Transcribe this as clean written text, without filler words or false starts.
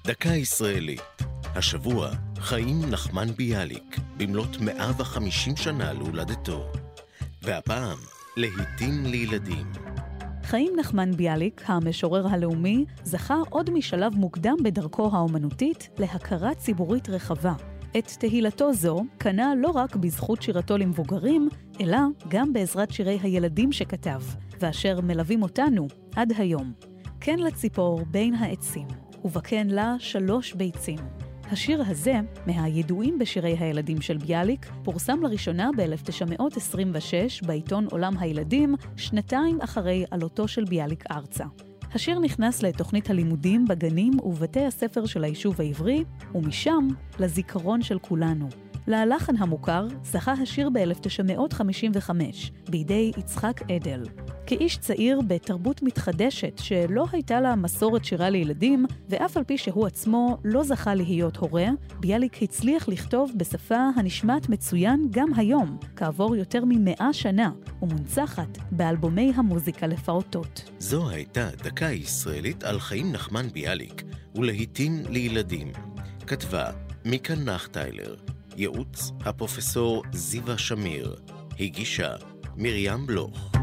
דקה ישראלית. השבוע חיים נחמן ביאליק במלאת 150 שנה להולדתו. והפעם להיטים לילדים. חיים נחמן ביאליק, המשורר הלאומי, זכה עוד משלב מוקדם בדרכו האומנותית להכרה ציבורית רחבה. את תהילתו זו קנה לא רק בזכות שירתו למבוגרים, אלא גם בעזרת שירי הילדים שכתב, ואשר מלווים אותנו עד היום. כן לציפור בין העצים, ובכן לה 3 ביצים. השיר הזה, מהידועים בשירי הילדים של ביאליק, פורסם לראשונה ב-1926 בעיתון עולם הילדים, 2 אחרי עלותו של ביאליק ארצה. השיר נכנס לתוכנית הלימודים בגנים ובתי הספר של היישוב העברי, ומשם לזיכרון של כולנו. ללחן המוכר זכה השיר ב-1955 בידי יצחק אדל. כאיש צעיר בתרבות מתחדשת שלא הייתה לה מסורת שירה לילדים, ואף על פי שהוא עצמו לא זכה להיות הורה, ביאליק הצליח לכתוב בשפה הנשמעת מצוין גם היום, כעבור יותר מ100 שנה, ומונצחת באלבומי המוזיקה לפעוטות. זו הייתה דקה ישראלית על חיים נחמן ביאליק ולהיטים לילדים. כתבה מיקה נחטיילר, ייעוץ הפרופסור זיווה שמיר, הגישה מרים בלוך.